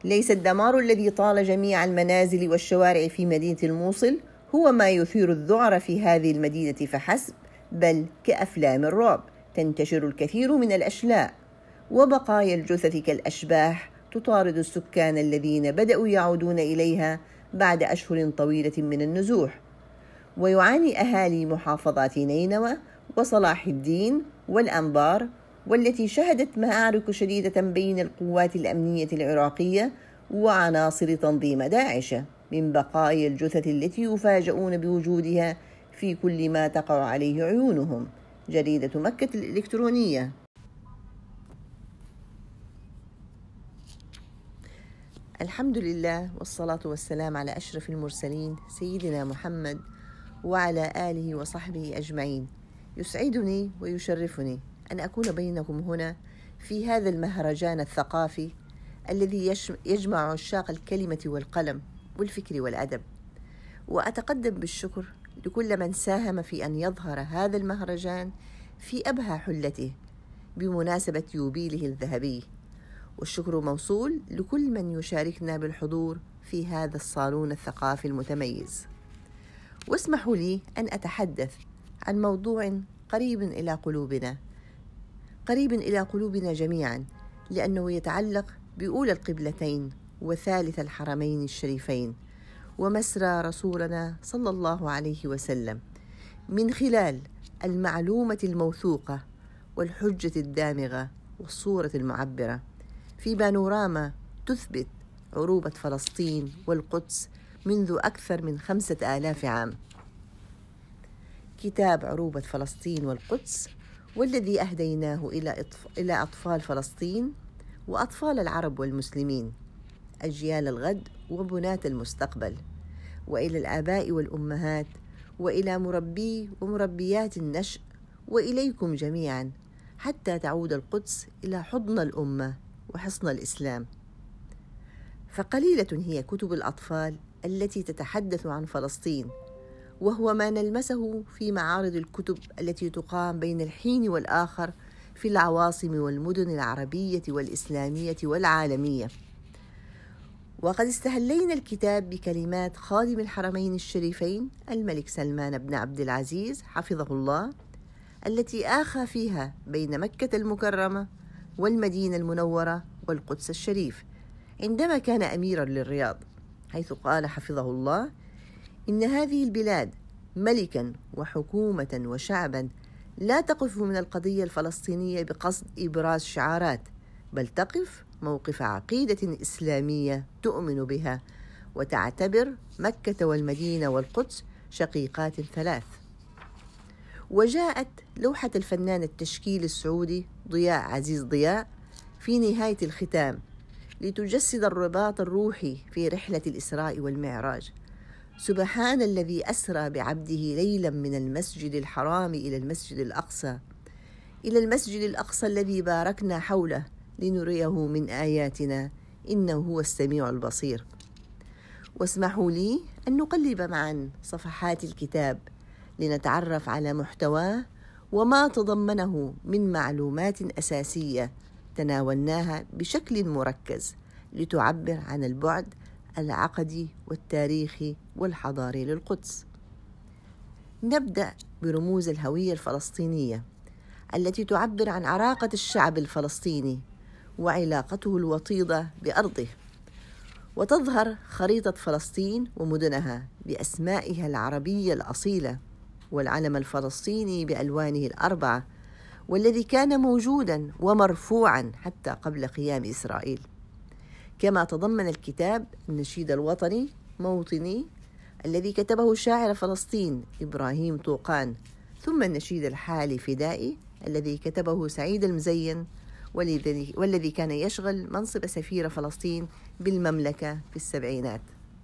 ليس الدمار الذي طال جميع المنازل والشوارع في مدينة الموصل هو ما يثير الذعر في هذه المدينة فحسب، بل كأفلام الرعب تنتشر الكثير من الأشلاء وبقايا الجثث كالأشباح تطارد السكان الذين بدأوا يعودون إليها بعد أشهر طويلة من النزوح. ويعاني أهالي محافظات نينوى وصلاح الدين والأنبار، والتي شهدت معارك شديدة بين القوات الأمنية العراقية وعناصر تنظيم داعش، من بقايا الجثث التي يفاجؤون بوجودها في كل ما تقع عليه عيونهم. جريدة مكة الإلكترونية. الحمد لله والصلاة والسلام على أشرف المرسلين سيدنا محمد وعلى آله وصحبه أجمعين. يسعدني ويشرفني أن أكون بينكم هنا في هذا المهرجان الثقافي الذي يجمع عشاق الكلمة والقلم والفكر والأدب. وأتقدم بالشكر لكل من ساهم في أن يظهر هذا المهرجان في أبهى حلته بمناسبة يوبيله الذهبي، والشكر موصول لكل من يشاركنا بالحضور في هذا الصالون الثقافي المتميز. واسمحوا لي أن أتحدث عن موضوع قريب إلى قلوبنا جميعا، لأنه يتعلق بأولى القبلتين وثالث الحرمين الشريفين ومسرى رسولنا صلى الله عليه وسلم، من خلال المعلومة الموثوقة والحجة الدامغة والصورة المعبرة في بانوراما تثبت عروبة فلسطين والقدس منذ أكثر من 5000 عام. كتاب عروبة فلسطين والقدس، والذي أهديناه إلى أطفال فلسطين وأطفال العرب والمسلمين، أجيال الغد وبناة المستقبل، وإلى الآباء والأمهات، وإلى مربي ومربيات النشء، وإليكم جميعا، حتى تعود القدس إلى حضن الأمة وحصن الإسلام. فقليلة هي كتب الأطفال التي تتحدث عن فلسطين، وهو ما نلمسه في معارض الكتب التي تقام بين الحين والآخر في العواصم والمدن العربية والإسلامية والعالمية. وقد استهلينا الكتاب بكلمات خادم الحرمين الشريفين الملك سلمان بن عبد العزيز حفظه الله، التي آخى فيها بين مكة المكرمة والمدينة المنورة والقدس الشريف عندما كان أميرا للرياض، حيث قال حفظه الله: إن هذه البلاد ملكا وحكومة وشعبا لا تقف من القضية الفلسطينية بقصد إبراز شعارات، بل تقف موقف عقيدة إسلامية تؤمن بها، وتعتبر مكة والمدينة والقدس شقيقات ثلاث. وجاءت لوحة الفنان التشكيل السعودي ضياء عزيز ضياء في نهاية الختام لتجسد الرباط الروحي في رحلة الإسراء والمعراج. سبحان الذي أسرى بعبده ليلا من المسجد الحرام إلى المسجد الأقصى الذي باركنا حوله لنريه من آياتنا إنه هو السميع البصير. واسمحوا لي أن نقلب معا صفحات الكتاب لنتعرف على محتواه وما تضمنه من معلومات أساسية تناولناها بشكل مركز لتعبر عن البعد العقدي والتاريخي والحضاري للقدس. نبدأ برموز الهوية الفلسطينية التي تعبر عن عراقة الشعب الفلسطيني وعلاقته الوطيدة بأرضه. وتظهر خريطة فلسطين ومدنها بأسمائها العربية الأصيلة، والعلم الفلسطيني بألوانه الأربعة، والذي كان موجوداً ومرفوعاً حتى قبل قيام إسرائيل. كما تضمن الكتاب النشيد الوطني موطني الذي كتبه شاعر فلسطين إبراهيم طوقان، ثم النشيد الحالي فدائي الذي كتبه سعيد المزين، والذي كان يشغل منصب سفير فلسطين بالمملكة في السبعينات.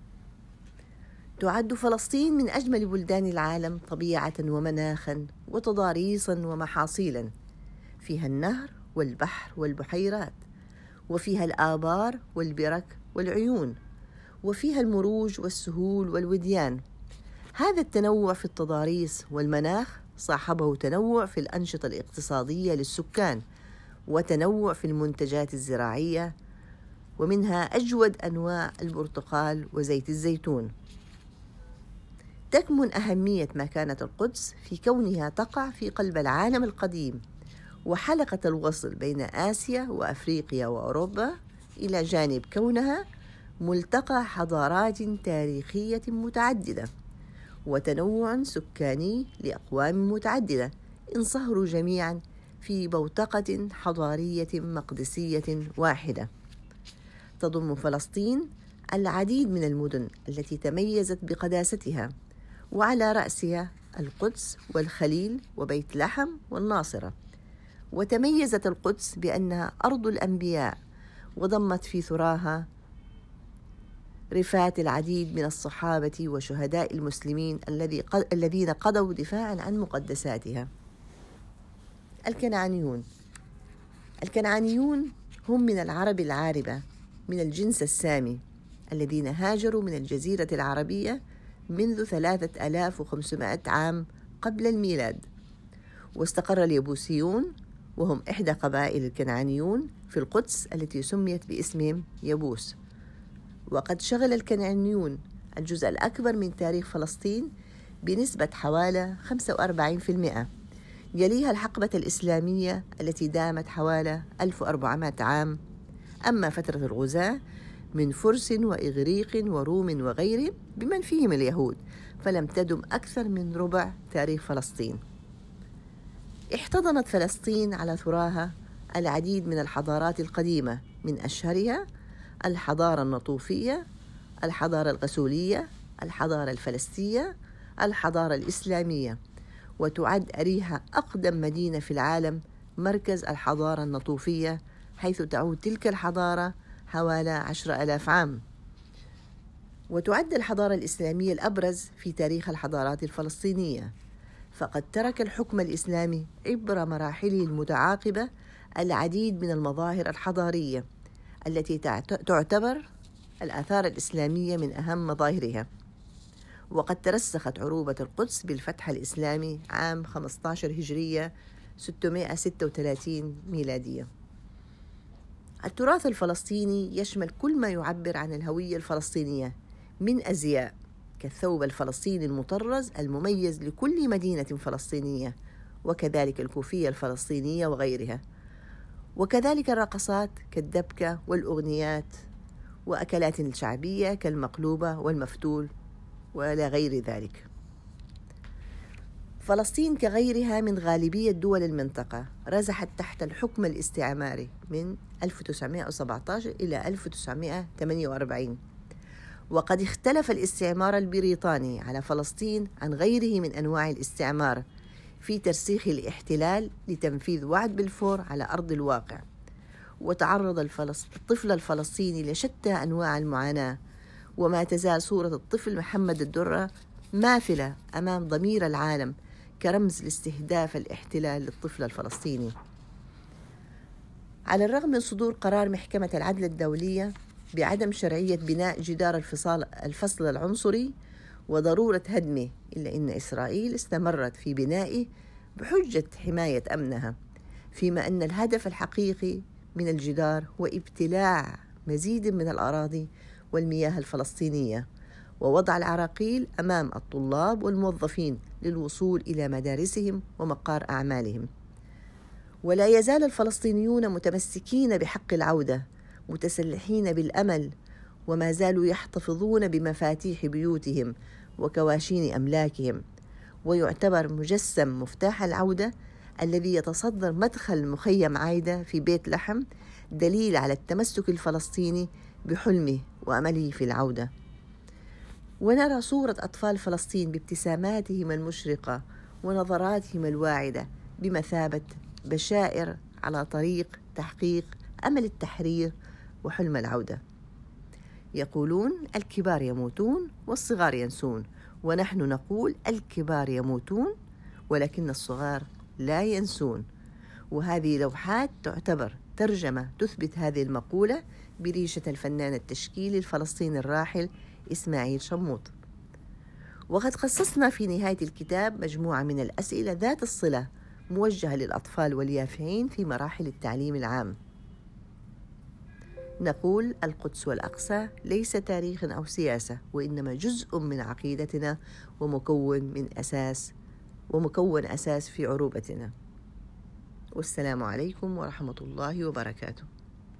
تعد فلسطين من أجمل بلدان العالم طبيعة ومناخا وتضاريسا ومحاصيلا، فيها النهر والبحر والبحيرات، وفيها الآبار والبرك والعيون، وفيها المروج والسهول والوديان. هذا التنوع في التضاريس والمناخ صاحبه تنوع في الأنشطة الاقتصادية للسكان، وتنوع في المنتجات الزراعية، ومنها أجود أنواع البرتقال وزيت الزيتون. تكمن أهمية مكانة القدس في كونها تقع في قلب العالم القديم، وحلقة الوصل بين آسيا وأفريقيا وأوروبا، إلى جانب كونها ملتقى حضارات تاريخية متعددة وتنوع سكاني لأقوام متعددة انصهروا جميعا في بوتقة حضارية مقدسية واحدة. تضم فلسطين العديد من المدن التي تميزت بقداستها، وعلى رأسها القدس والخليل وبيت لحم والناصرة. وتميزت القدس بأنها أرض الأنبياء، وضمت في ثراها رفات العديد من الصحابة وشهداء المسلمين الذين قضوا دفاعا عن مقدساتها. الكنعانيون هم من العرب العاربة من الجنس السامي الذين هاجروا من الجزيرة العربية منذ 3500 عام قبل الميلاد. واستقر اليبوسيون، وهم إحدى قبائل الكنعانيون، في القدس التي سميت باسمهم يبوس. وقد شغل الكنعانيون الجزء الأكبر من تاريخ فلسطين بنسبة حوالي 45%. يليها الحقبة الإسلامية التي دامت حوالي 1400 عام. أما فترة الغزاة من فرس وإغريق وروم وغيرهم بمن فيهم اليهود فلم تدم أكثر من ربع تاريخ فلسطين. احتضنت فلسطين على ثراها العديد من الحضارات القديمة، من أشهرها الحضارة النطوفية، الحضارة الغسولية، الحضارة الفلسطينية، الحضارة الإسلامية. وتعد أريحا أقدم مدينة في العالم مركز الحضارة النطوفية، حيث تعود تلك الحضارة حوالي 10,000 عام. وتعد الحضارة الإسلامية الأبرز في تاريخ الحضارات الفلسطينية، فقد ترك الحكم الإسلامي عبر مراحله المتعاقبة العديد من المظاهر الحضارية التي تعتبر الآثار الإسلامية من أهم مظاهرها. وقد ترسخت عروبة القدس بالفتح الإسلامي عام 15 هجرية 636 ميلادية. التراث الفلسطيني يشمل كل ما يعبر عن الهوية الفلسطينية من أزياء كالثوب الفلسطيني المطرز المميز لكل مدينة فلسطينية، وكذلك الكوفية الفلسطينية وغيرها، وكذلك الرقصات كالدبكة والأغنيات، وأكلات شعبية كالمقلوبة والمفتول ولا غير ذلك. فلسطين كغيرها من غالبية دول المنطقة رزحت تحت الحكم الاستعماري من 1917 إلى 1948. وقد اختلف الاستعمار البريطاني على فلسطين عن غيره من أنواع الاستعمار في ترسيخ الاحتلال لتنفيذ وعد بلفور على أرض الواقع. وتعرض الطفل الفلسطيني لشتى أنواع المعاناة، وما تزال صورة الطفل محمد الدرة ماثلة أمام ضمير العالم كرمز لاستهداف الاحتلال للطفل الفلسطيني. على الرغم من صدور قرار محكمة العدل الدولية بعدم شرعية بناء جدار الفصل العنصري وضرورة هدمه، إلا أن إسرائيل استمرت في بنائه بحجة حماية أمنها، فيما أن الهدف الحقيقي من الجدار هو ابتلاع مزيد من الأراضي والمياه الفلسطينية، ووضع العراقيل أمام الطلاب والموظفين للوصول إلى مدارسهم ومقار أعمالهم. ولا يزال الفلسطينيون متمسكين بحق العودة، متسلحين بالأمل، وما زالوا يحتفظون بمفاتيح بيوتهم وكواشين أملاكهم. ويعتبر مجسم مفتاح العودة الذي يتصدر مدخل مخيم عايدة في بيت لحم دليل على التمسك الفلسطيني بحلمه وأمله في العودة. ونرى صورة أطفال فلسطين بابتساماتهم المشرقة ونظراتهم الواعدة بمثابة بشائر على طريق تحقيق أمل التحرير وحلم العودة. يقولون الكبار يموتون والصغار ينسون، ونحن نقول الكبار يموتون ولكن الصغار لا ينسون. وهذه لوحات تعتبر ترجمة تثبت هذه المقولة بريشة الفنان التشكيلي الفلسطيني الراحل إسماعيل شموط. وقد خصصنا في نهاية الكتاب مجموعة من الأسئلة ذات الصلة موجهة للأطفال واليافعين في مراحل التعليم العام. نقول القدس والأقصى ليس تاريخ أو سياسة، وإنما جزء من عقيدتنا ومكون أساس في عروبتنا. والسلام عليكم ورحمة الله وبركاته.